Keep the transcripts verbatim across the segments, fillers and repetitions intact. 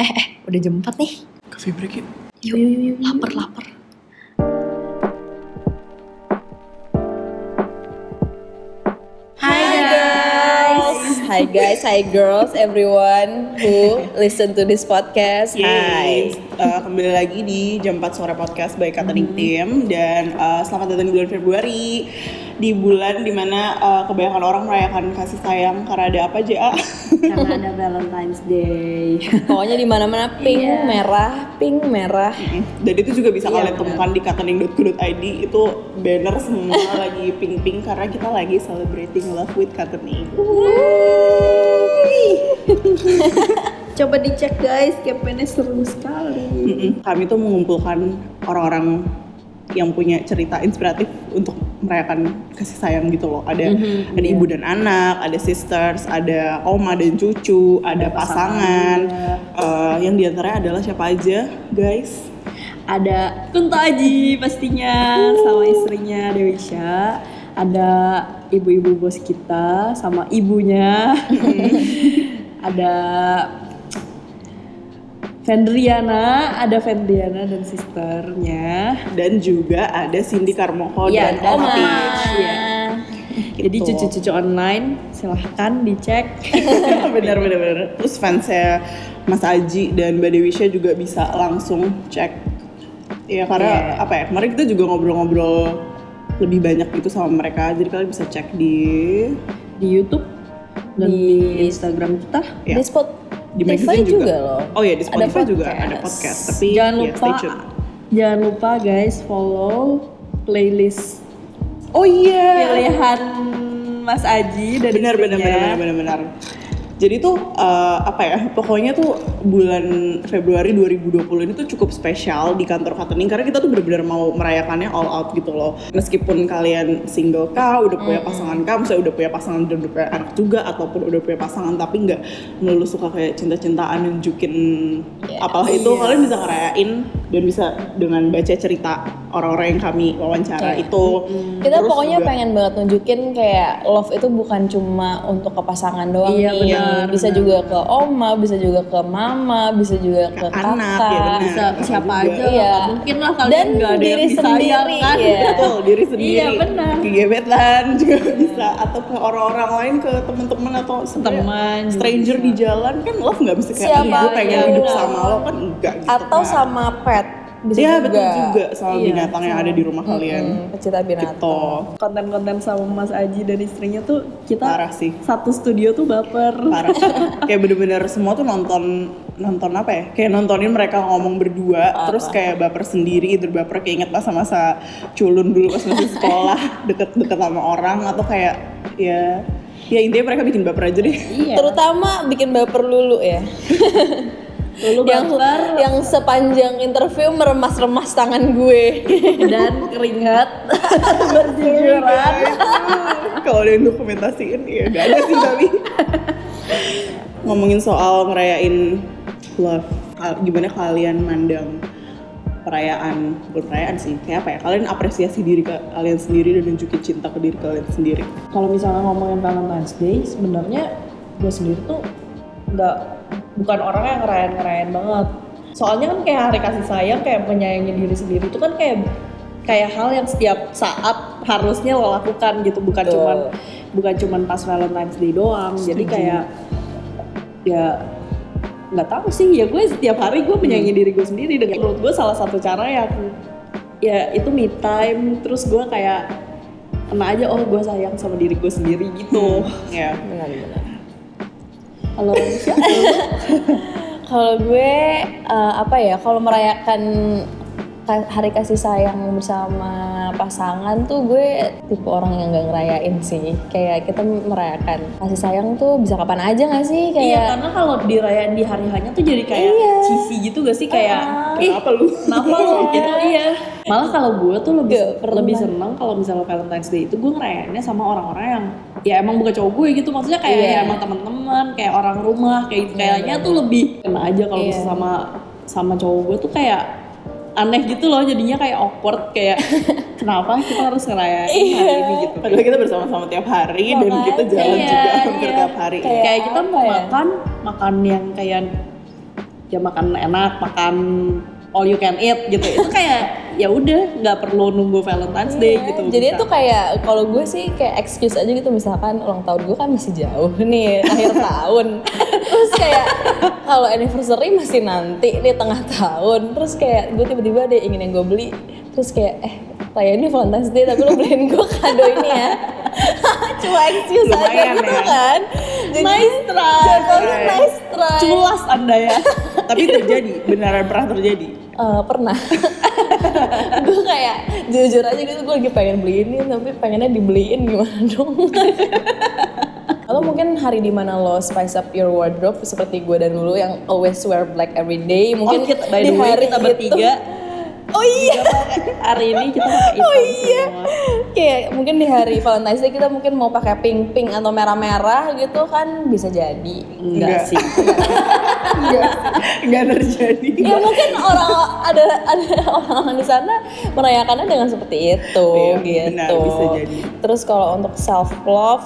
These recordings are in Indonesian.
Eh, eh, udah jam empat nih. Coffee break yuk. Yuk, yuk, yuk, lapar, lapar. Hi guys, hi guys, hi girls, everyone who listen to this podcast. Hi. Uh, kembali lagi di Jam empat Sore Podcast by Catering Team. Dan uh, selamat datang di bulan Februari, di bulan dimana uh, kebanyakan orang merayakan kasih sayang. Karena ada apa aja? Karena ada Valentine's Day. Pokoknya di mana-mana pink, Yeah. merah, pink, merah. Dan itu juga bisa Iya, kalian benar. temukan di catering dot co dot i d. Itu banner semua lagi pink-pink karena kita lagi celebrating love with catering. Coba dicek guys, campaign-nya seru sekali. Mm-mm. Kami tuh mengumpulkan orang-orang yang punya cerita inspiratif untuk merayakan kasih sayang gitu loh. Ada Mhm, ada iya. ibu dan anak, ada sisters, ada oma dan cucu, ada, pasangan. pasangan, Eh, yang diantaranya adalah siapa aja, guys? Ada Kunto Aji pastinya sama istrinya Dewisha. Ada ibu-ibu bos kita sama ibunya. Ada Fendriana, ada Fendriana dan sisternya. Dan juga ada Cindy Karmoko Iya, dan dan Oma Oma. Peach. Iya. Jadi Gitu. cucu-cucu online silahkan dicek. bener bener bener. Terus fansnya Mas Aji dan Mbak Dewisha juga bisa langsung cek. Ya karena Yeah. apa ya? Kemarin kita juga ngobrol-ngobrol lebih banyak gitu sama mereka. Jadi kalian bisa cek di Di YouTube dan Di- di Instagram kita. ya, Di Spotify di magazine juga. juga loh. Oh ya di Spotify Ada juga podcast. ada podcast. Tapi Jangan ya, lupa, stay tune. jangan lupa guys follow playlist Oh iya. pilihan Mas Aji dari Benar benar istrinya. benar benar benar. Jadi tuh eh, apa ya? Pokoknya tuh bulan Februari dua ribu dua puluh ini tuh cukup spesial di kantor catering karena kita tuh benar-benar mau merayakannya all out gitu loh. Meskipun kalian single kah, udah punya pasangan kah, misalnya udah punya pasangan dan udah punya anak juga, ataupun udah punya pasangan tapi nggak melulu suka kayak cinta-cintaan nunjukin Yes. apalah itu, Yes. kalian bisa ngerayain dan bisa dengan baca cerita orang-orang yang kami wawancara Kayak, itu. Kita Terus pokoknya juga- pengen banget nunjukin kayak love itu bukan cuma untuk ke pasangan doang Iya, nih. benar, Bisa benar. juga ke oma, bisa juga ke mama, bisa juga ke, Ke anak, kakak. ya benar. Bisa Kakak siapa juga. aja Iya. lah, nggak mungkin lah kalian Dan nggak ada diri yang disayang sendiri, kan. iya. Betul, diri sendiri. Iya, benar. Ke gebetan juga bisa, atau ke orang-orang lain, ke teman-teman atau sebenarnya Teman juga stranger bisa. di jalan kan love nggak bisa kayak Siapa gue pengen aja. hidup sama lo kan enggak gitu. Atau kan. sama pet. Bisa Iya juga. betul juga sama Iya, binatang yang ada di rumah kalian. Hmm, pecinta binatang. Gitu. Konten-konten sama Mas Aji dan istrinya tuh kita Parah sih. satu studio tuh baper. Parah. Kayak bener-bener semua tuh nonton nonton apa ya? Kayak nontonin mereka ngomong berdua, Apa? terus kayak baper sendiri gitu, baper kayak inget masa-masa culun dulu pas masih sekolah, deket-deket sama orang atau kayak ya ya intinya mereka bikin baper aja deh. Iya. Terutama bikin baper Lulu ya. Lulu yang baper yang sepanjang interview meremas-remas tangan gue. dan keringat berjujuran. Kalau ada yang dokumentasiin ya gak ada sih tapi. Ngomongin soal ngerayain love, kal- gimana kalian mandang perayaan, bukan perayaan sih, kayak apa ya, kalian apresiasi diri ka- kalian sendiri dan nunjukin cinta ke diri kalian sendiri. Kalau misalnya ngomongin Valentine's Day, sebenarnya gue sendiri tuh nggak bukan orang yang ngerayain-ngerayain banget. Soalnya kan kayak hari kasih sayang, kayak menyayangi diri sendiri itu kan kayak kayak hal yang setiap saat harusnya lo lakukan gitu, bukan Betul. cuman bukan cuman pas Valentine's Day doang. Jadi Setuju. kayak ya nggak tahu sih, ya gue setiap hari gue menyayangi diri gue sendiri. Dan menurut gue salah satu cara ya ya itu me time. Terus gue kayak kena aja, oh gue sayang sama diri gue sendiri gitu. Ya. Benar-benar. Kalau siapa? Kalau gue eh, apa ya? Kalau merayakan ka- hari kasih sayang bersama pasangan tuh gue tipe orang yang nggak ngerayain sih. Kayak kita merayakan kasih sayang tuh bisa kapan aja nggak sih? Iya, Kayak karena kalau dirayain di hari hanya tuh jadi kayak Iya. cheesy gitu gak sih, kayak Ah. ih Kenapa lu? kenapa lo gitu. Iya, malah kalau gue tuh lebih Gak pernah. lebih seneng kalau misalnya Valentine's Day itu gue ngerayainnya sama orang-orang yang ya emang bukan cowok gue gitu, maksudnya kayak Iya. ya emang teman-teman, kayak orang rumah, kayak gitu. Kayaknya tuh lebih kena aja kalau Iya. misalnya sama sama cowok gue tuh kayak aneh gitu loh, jadinya kayak awkward, kayak kenapa kita harus ngerayain hari ini gitu. Padahal kita bersama-sama tiap hari dan Makanya, kita jalan iya, juga hampir iya. tiap hari. Kayak Kayak kita apa mau ya? makan makan yang kayak ya makan enak, makan all you can eat gitu. Itu kayak ya udah nggak perlu nunggu Valentine's Day Iya, gitu. jadi bisa. itu kayak kalau gue sih kayak excuse aja gitu, misalkan ulang tahun gue kan masih jauh nih akhir tahun, terus kayak kalau anniversary masih nanti nih tengah tahun, terus kayak gue tiba-tiba ada ingin yang gue beli, terus kayak eh Raya ini Valentine's Day tapi lo beliin gue kado ini ya. Cuma excuse aja Lumayan gitu ya. kan. Jadi, Nice try. jatuhnya nice try. Culas Anda ya. Tapi terjadi, beneran pernah terjadi. Eh, pernah. Gue kayak jujur aja gitu, gue lagi pengen beli ini tapi pengennya dibeliin, gimana dong. Atau mungkin hari dimana lo spice up your wardrobe seperti gue dan dulu yang always wear black every day. Mungkin Oh, kita, by di the way hari kita itu- bertiga Oh iya. hari ini kita pakai hitam Oh iya. semua. Kayak mungkin di hari Valentine's Day kita mungkin mau pakai pink-pink atau merah-merah gitu kan, bisa jadi. Enggak sih. Enggak terjadi. Ya mungkin orang ada ada orang-orang di sana merayakannya dengan seperti itu Iya, gitu. benar, bisa jadi. Terus kalau untuk self love,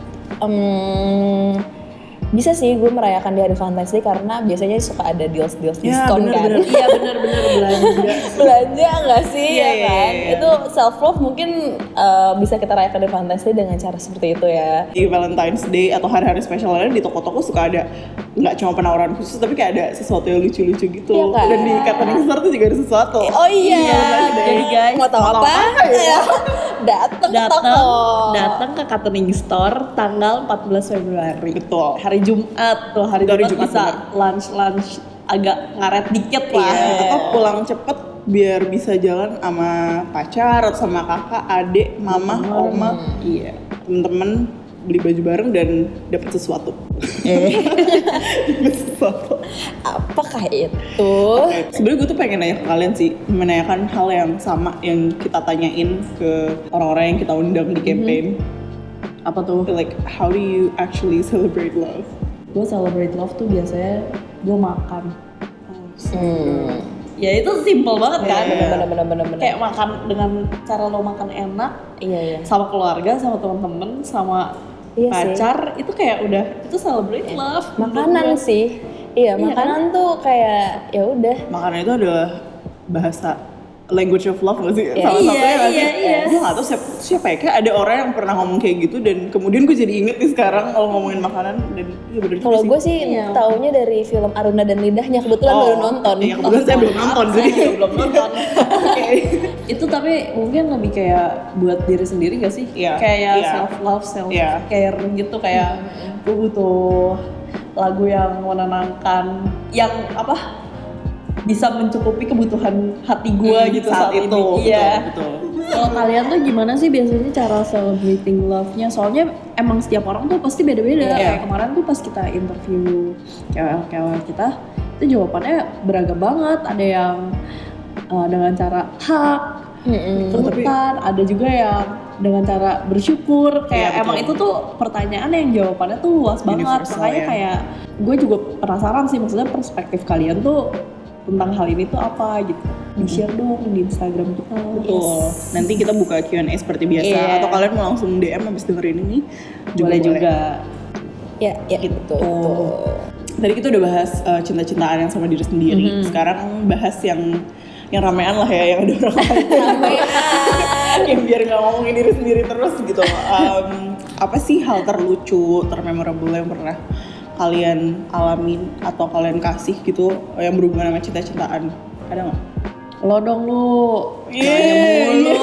um, bisa sih gue merayakan di hari Valentine's Day karena biasanya suka ada deals deals Ya, diskon kan. bener-bener. Iya benar-benar belanja. Belanja nggak sih Iya, ya iya, kan? iya. Itu self love mungkin uh, bisa kita rayakan di Valentine's Day dengan cara seperti itu ya. Di Valentine's Day atau hari-hari spesial lainnya di toko-toko suka ada nggak cuma penawaran khusus tapi kayak ada sesuatu yang lucu-lucu gitu. Iya kan? Dan di Catering Store tuh juga ada sesuatu. Oh iya, Jadi guys, mau tahu mau tahu apa? apa ya? Datang ke datang toko. datang ke Catering Store tanggal empat belas Februari. Betul. Hari Jumat tuh, hari, Hari Jumat, Jumat, bisa bener. lunch lunch agak ngaret dikit lah. Iya, tetap pulang cepet biar bisa jalan sama pacar atau sama kakak, adik, mama, oma, iya, temen-temen beli baju bareng dan dapat sesuatu. Dapat sesuatu. Apakah itu? Sebenarnya gue tuh pengen nanya ke kalian sih, menanyakan hal yang sama yang kita tanyain ke orang-orang yang kita undang di campaign. Apa tuh? Like, how do you actually celebrate love? Gue celebrate love tuh biasanya gue makan. Hmm. Ya itu simple banget kan. Iya. Bener bener bener bener. Kayak makan dengan cara lo makan enak Iya iya. sama keluarga, sama teman-teman, sama Iya sih. pacar, itu kayak udah itu celebrate love. Makanan sih. Iya, Iya makanan tuh kayak ya udah. Makanan itu adalah bahasa language of love gak sih? Iya. Salah satunya Iya, gak sih? iya, iya. Gue gak tau siapa, siapa ya, kayak ada orang yang pernah ngomong kayak gitu dan kemudian gue jadi inget nih sekarang kalau ngomongin makanan dan iya bener juga Kalau sih. gue sih Iya. taunya dari film Aruna dan Lidahnya, kebetulan Oh, baru nonton. Iya, kebetulan saya belum nonton jadi belum nonton. Itu tapi mungkin lebih kayak buat diri sendiri gak sih? Iya, Kayak iya. self love, self Iya. care gitu, kayak gue butuh lagu yang menenangkan, yang apa? Bisa mencukupi kebutuhan hati gue Hmm, gitu saat saat, itu. ini. Iya. Betul, betul. Kalau kalian tuh gimana sih biasanya cara celebrating love-nya? Soalnya emang setiap orang tuh pasti beda-beda. Iya. Kayak kemarin tuh pas kita interview K O L-K O L kita, itu jawabannya beragam banget. Ada yang uh, dengan cara hug, Mm-mm. kemutan, ada juga yang dengan cara bersyukur. Kayak Iya, emang betul. itu tuh pertanyaan yang jawabannya tuh luas banget. Universal, Makanya ya. kayak gue juga penasaran sih, maksudnya perspektif kalian tuh tentang hal ini tuh apa gitu. Di-share dong di Instagram kita. Betul. Nanti kita buka Q and A seperti biasa Iya. atau kalian mau langsung D M habis dengerin ini Boleh juga. Ya, ya Gitu. betul. betul. Tadi kita udah bahas uh, cinta-cintaan yang sama diri sendiri. Sekarang bahas yang yang ramean lah ya, yang ada orang lain. yang biar nggak ngomongin diri sendiri terus gitu. Um, apa sih hal terlucu, termemorable yang pernah kalian alamin atau kalian kasih gitu yang berhubungan sama cinta-cintaan? Ada nggak? Lo dong lu. Iya, mulu.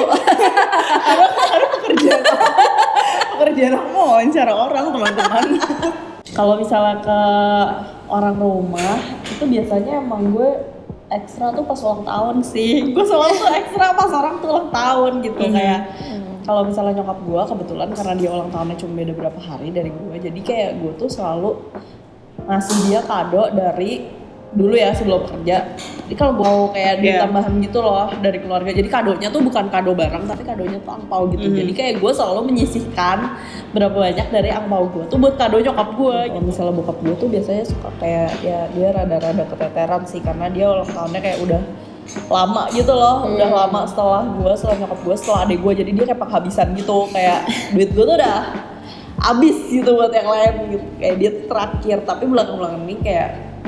ada ada pekerjaan pekerjaan aku mau wawancara orang teman-teman. Kalau misalnya ke orang rumah, itu biasanya emang gue ekstra tuh pas ulang tahun sih. Gue selalu tuh ekstra pas orang tuh ulang tahun gitu. Kayak kalau misalnya nyokap gue kebetulan karena dia ulang tahunnya cuma beda berapa hari dari gue, jadi kayak gue tuh selalu ngasih dia kado dari dulu ya sebelum kerja. Jadi kalau gue mau kayak duit Yeah. tambahan gitu loh dari keluarga, jadi kadonya tuh bukan kado barang tapi kadonya tuh angpau gitu. Mhm. Jadi kayak gue selalu menyisihkan berapa banyak dari angpau gue tuh buat kado nyokap gue. Kalau misalnya bokap gue tuh biasanya suka kayak ya dia rada-rada keteteran sih karena dia ulang tahunnya kayak udah lama gitu loh, udah lama setelah gue, setelah nyokap gue, setelah adik gue, jadi dia kayak penghabisan gitu, kayak duit gue tuh udah abis gitu buat yang lain gitu, kayak dia tuh terakhir. Tapi belakangan-belakangan ini kayak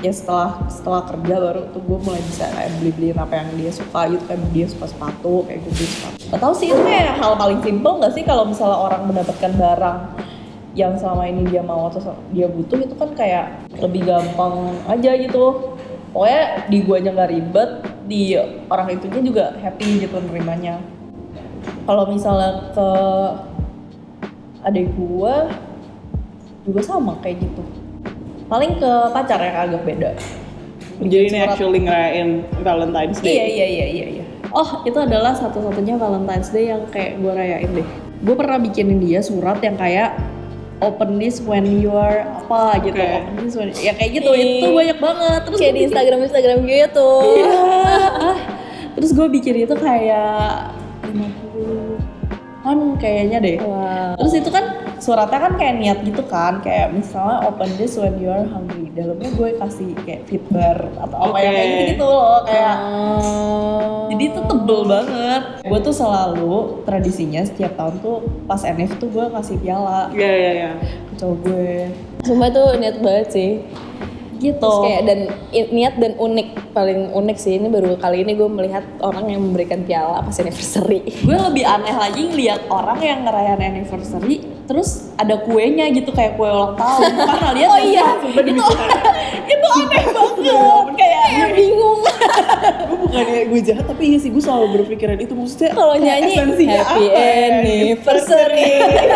ya setelah setelah kerja baru tuh gue mulai bisa kayak beli-beliin apa yang dia suka gitu, kayak dia suka sepatu kayak gue beli sepatu. Gak tau sih, itu kayak hal paling simple gak sih kalau misalnya orang mendapatkan barang yang selama ini dia mau atau dia butuh, itu kan kayak lebih gampang aja gitu. Pokoknya di guanya nggak ribet, di orang itunya juga happy gitu nerimanya. Kalau misalnya ke adik gua juga sama kayak gitu. Paling ke pacar yang agak beda. Jadi ini actually ngerayain Valentine's Day. Iya iya iya iya. iya. Oh itu adalah satu-satunya Valentine's Day yang kayak gue rayain deh. Gue pernah bikinin dia surat yang kayak open this when you are apa gitu. Okay. Open this when ya kayak gitu. Itu banyak banget. Terus Kayak di bikin- Instagram Instagram gitu. Iya. Terus gue bikin itu kayak lima puluh an kayaknya deh. Wow. Terus itu kan suratnya kan kayak niat gitu kan, kayak misalnya open this when you are hungry. Dalamnya gue kasih kayak fitbar atau apa yang kayak Oke. gitu, gitu loh kayak. Oh. Jadi itu tebel banget. Gue tuh selalu tradisinya setiap tahun tuh pas N F tuh gue kasih piala Iya iya iya. ke cowok gue. Sumpah itu niat banget sih. Gitu. Terus kayak dan i- niat dan unik, paling unik sih ini baru kali ini gue melihat orang yang memberikan piala pas anniversary. Gue lebih aneh lagi ngeliat orang yang ngerayain anniversary terus ada kuenya gitu kayak kue ulang tahun. Karena lihat Oh iya, itu itu aneh banget kayak bingung. Gue bukannya gue jahat tapi iya sih gue selalu berpikiran itu, maksudnya Kalau kayak nyanyi esensinya happy apa ya? anniversary.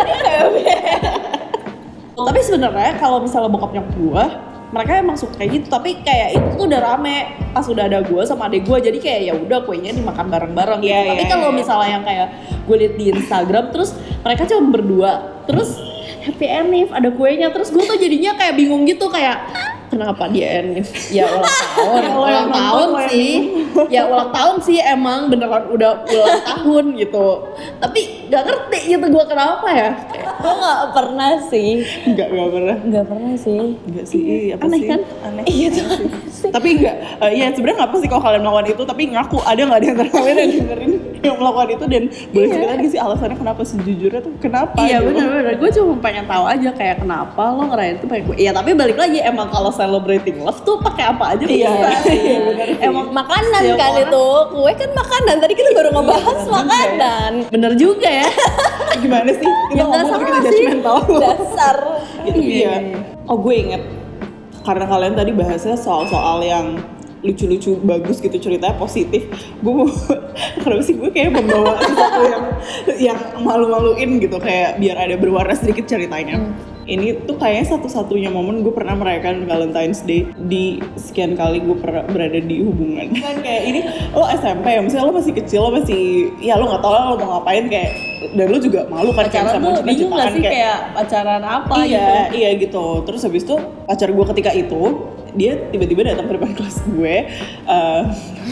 Tapi sebenarnya kalau misalnya bokap nyokap gue, mereka emang suka kayak gitu. Tapi kayak itu tuh udah rame pas udah ada gue sama adek gue, jadi kayak ya udah kuenya dimakan bareng-bareng. Iya, gitu. Tapi iya, kalau iya. misalnya yang kayak gue liat di Instagram, terus mereka cuma berdua, terus happy anniv ada kuenya, terus gue tuh jadinya kayak bingung gitu kayak kenapa dia anniv? Ya ulang tahun, Ya, lo ulang yang tahun nonton, lo yang sih. Ya ulang tahun sih emang beneran udah ulang tahun gitu. Tapi nggak ngerti gitu gue kenapa ya. Gue nggak pernah sih, Enggak, enggak pernah. nggak pernah sih. Enggak sih, apa Aneh sih? kan? Aneh. Iya tuh. Tapi enggak, eh, ya sebenarnya nggak apa sih kalau kalian melakukan itu, tapi ngaku ada nggak di antara kalian yang dengerin yang melakukan itu, dan boleh cerita lagi sih alasannya kenapa, sejujurnya tuh kenapa? Iya gitu. benar-benar, gue cuma pengen tahu aja kayak kenapa lo ngerayain itu pakai kue. Iya tapi balik lagi emang kalau celebrating love tuh pakai apa aja Iya, bisa. iya, benar sih. Emang Makanan Setiap kan orang- itu, kue kan makanan. Tadi kita baru ngebahas makanan. bener juga ya. Gimana sih? Kita Ya, nggak ngomong tapi salah kita sih. judgmental. Dasar. Gitu, Iya. iya. Oh gue inget, karena kalian tadi bahasnya soal-soal yang lucu-lucu bagus gitu, ceritanya positif. Gue mau, kenapa sih gue kayak membawa sesuatu yang yang malu-maluin gitu, kayak biar ada berwarna sedikit ceritanya. Ini tuh kayaknya satu-satunya momen gue pernah merayakan Valentine's Day di sekian kali gue pernah berada di hubungan. Kan kayak ini lo S M P ya, misalnya lo masih kecil, lo masih ya lo nggak tahu lah lo mau ngapain kayak, dan lo juga malu kan kayak Pacaran sama tuh bingung gak cita-citaan sih kayak pacaran apa iya, gitu. iya gitu. Terus habis itu pacar gue ketika itu dia tiba-tiba datang ke depan kelas gue, eh,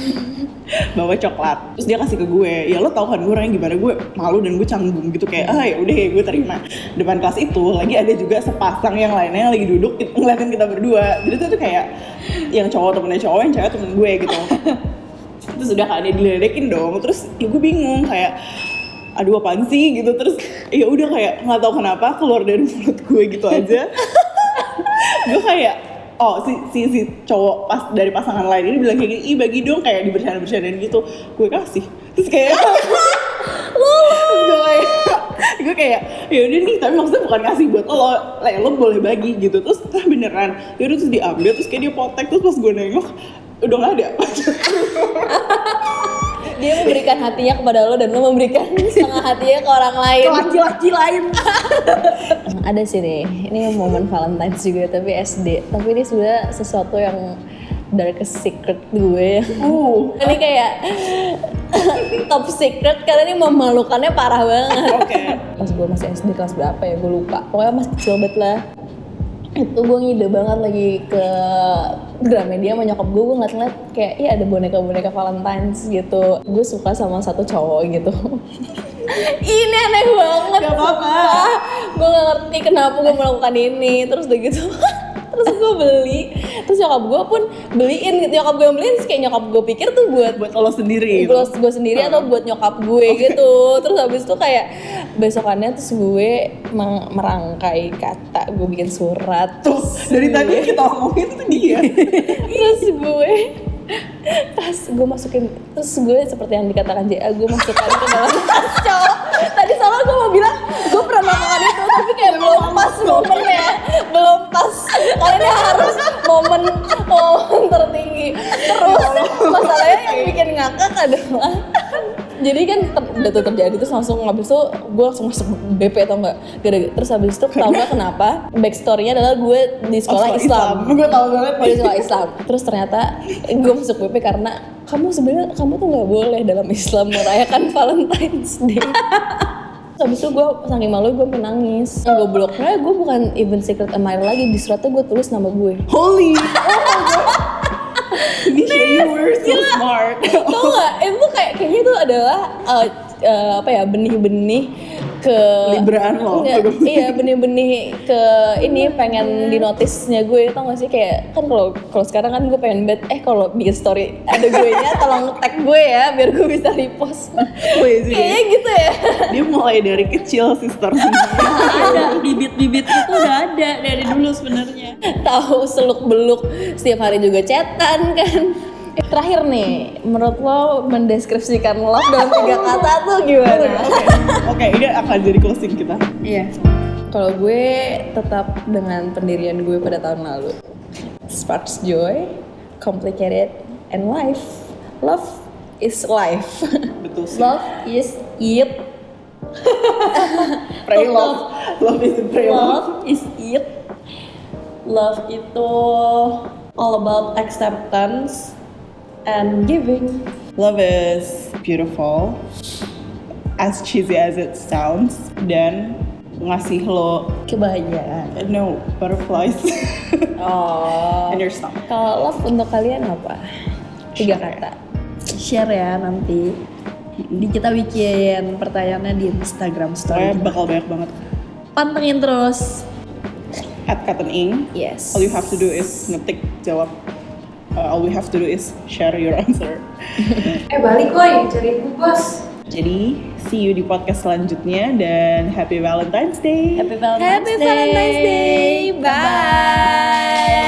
bawa coklat. Terus dia kasih ke gue. Ya lo tau kan gue orangnya gimana, gue malu dan gue canggung gitu kayak ah ya udah ya gue terima. Depan kelas itu lagi ada juga sepasang yang lainnya yang lagi duduk ngeliatin kita berdua. Jadi tuh tuh kayak yang cowok temennya cowok, yang cewek temen gue gitu. Terus udah kan dia diledekin dong. Terus ya gue bingung kayak aduh apaan sih gitu. Terus ya udah kayak nggak tahu kenapa keluar dari mulut gue gitu aja. Gue kayak oh si, si si cowok pas dari pasangan lain ini bilang kayak gini, ih bagi dong, kayak dibercanda-bercandain gitu. Gue kasih. Terus kayak terus gue kayak gue kayak ya udah nih, tapi maksudnya bukan ngasih buat lo, like, lo boleh bagi gitu. Terus ah, beneran ya udah, terus diambil, terus kayak dia potek. Terus pas gue nengok udah nggak ada. Dia memberikan hatinya kepada lo dan lo memberikan setengah hatinya ke orang lain. Ke laki-laki lain. Ada sih nih, ini momen Valentine's juga tapi S D. Tapi ini sebenarnya sesuatu yang darkest secret gue. Uh, Ini kayak top secret karena ini memalukannya parah banget. oke. Pas gue masih S D kelas berapa ya, gue lupa. Pokoknya masih kecil banget lah. Itu gue ngide banget lagi ke Gramedia sama nyokap gue, gue ngeliat-ngeliat kayak iya ada boneka-boneka Valentine's gitu. Gue suka sama satu cowok gitu. Ini aneh banget. Gak apa-apa. Gue gak ngerti kenapa gue melakukan ini. Terus udah gitu terus gue beli, terus nyokap gue pun beliin gitu. Nyokap gue yang beliin, terus kayak nyokap gue pikir tuh buat Buat lo sendiri gitu. buat gue sendiri atau buat nyokap gue gitu. Terus habis itu kayak besokannya terus gue meng- merangkai kata, gue bikin surat. Tuh, dari tadi kita ngomongin itu dia. Terus gue pas gue masukin, terus gue seperti yang dikatakan J A, gue masukkan ke dalam tas cowok. Tadi soalnya gue mau bilang gue pernah melakukan itu, tapi kayak belum pas momennya, belum pas. Karena harus momen momen tertinggi. Terus masalahnya yang bikin ngakak adalah jadi kan ter, udah tuh terjadi terus langsung habis itu gue langsung masuk B P atau enggak gara-gara terus habis itu tau gak kenapa backstory-nya adalah gue di sekolah Oh, Islam, Islam. Gue tau banget di sekolah Islam terus ternyata gue masuk B P karena kamu sebenarnya kamu tuh nggak boleh dalam Islam merayakan Valentine's Day. Habis itu gue saking malu gue menangis. Gue bloknya gue bukan even secret admirer lagi, di suratnya gue tulis nama gue. Holy. Nisha, you were so smart. Tau gak? Itu kayak kayaknya itu adalah uh, uh, apa ya benih-benih ke Libraan lo. Enggak, iya benih-benih ke ini pengen di notisnya gue. Tau gak sih kayak kan kalau kalau sekarang kan gue pengen bet eh kalau bikin story ada gue nya tolong tag gue ya biar gue bisa repost. Oh, iya sih. Kayaknya gitu ya. Dia mulai dari kecil sister. Ada bibit-bibit itu udah ada dari dulu sebenarnya. Tahu seluk beluk setiap hari juga chatan kan. Terakhir nih, menurut lo mendeskripsikan love dalam tiga kata tuh gimana? Oke, ini akan jadi closing kita. Iya. Kalau gue tetap dengan pendirian gue pada tahun lalu. Sparks joy, complicated, and life. Love is life. Betul sih. Love is it. Pray love. Love is pray love. Love is it. Love itu all about acceptance and giving. Love is beautiful, as cheesy as it sounds, dan ngasih lo Kebahagiaan. no butterflies Oh. in your stomach. Kalau love untuk kalian apa? Tiga kata. Share ya nanti. Di kita bikin pertanyaannya di Instagram Soalnya story. bakal banyak banget. Pantengin terus. At Katen Ing, Yes. all you have to do is ngetik jawab. Uh, all we have to do is share your answer. Eh balik woi, cari ibu bos. Jadi, see you di podcast selanjutnya dan happy Valentine's Day. Happy Valentine's Happy Day. Valentine's Day. Bye.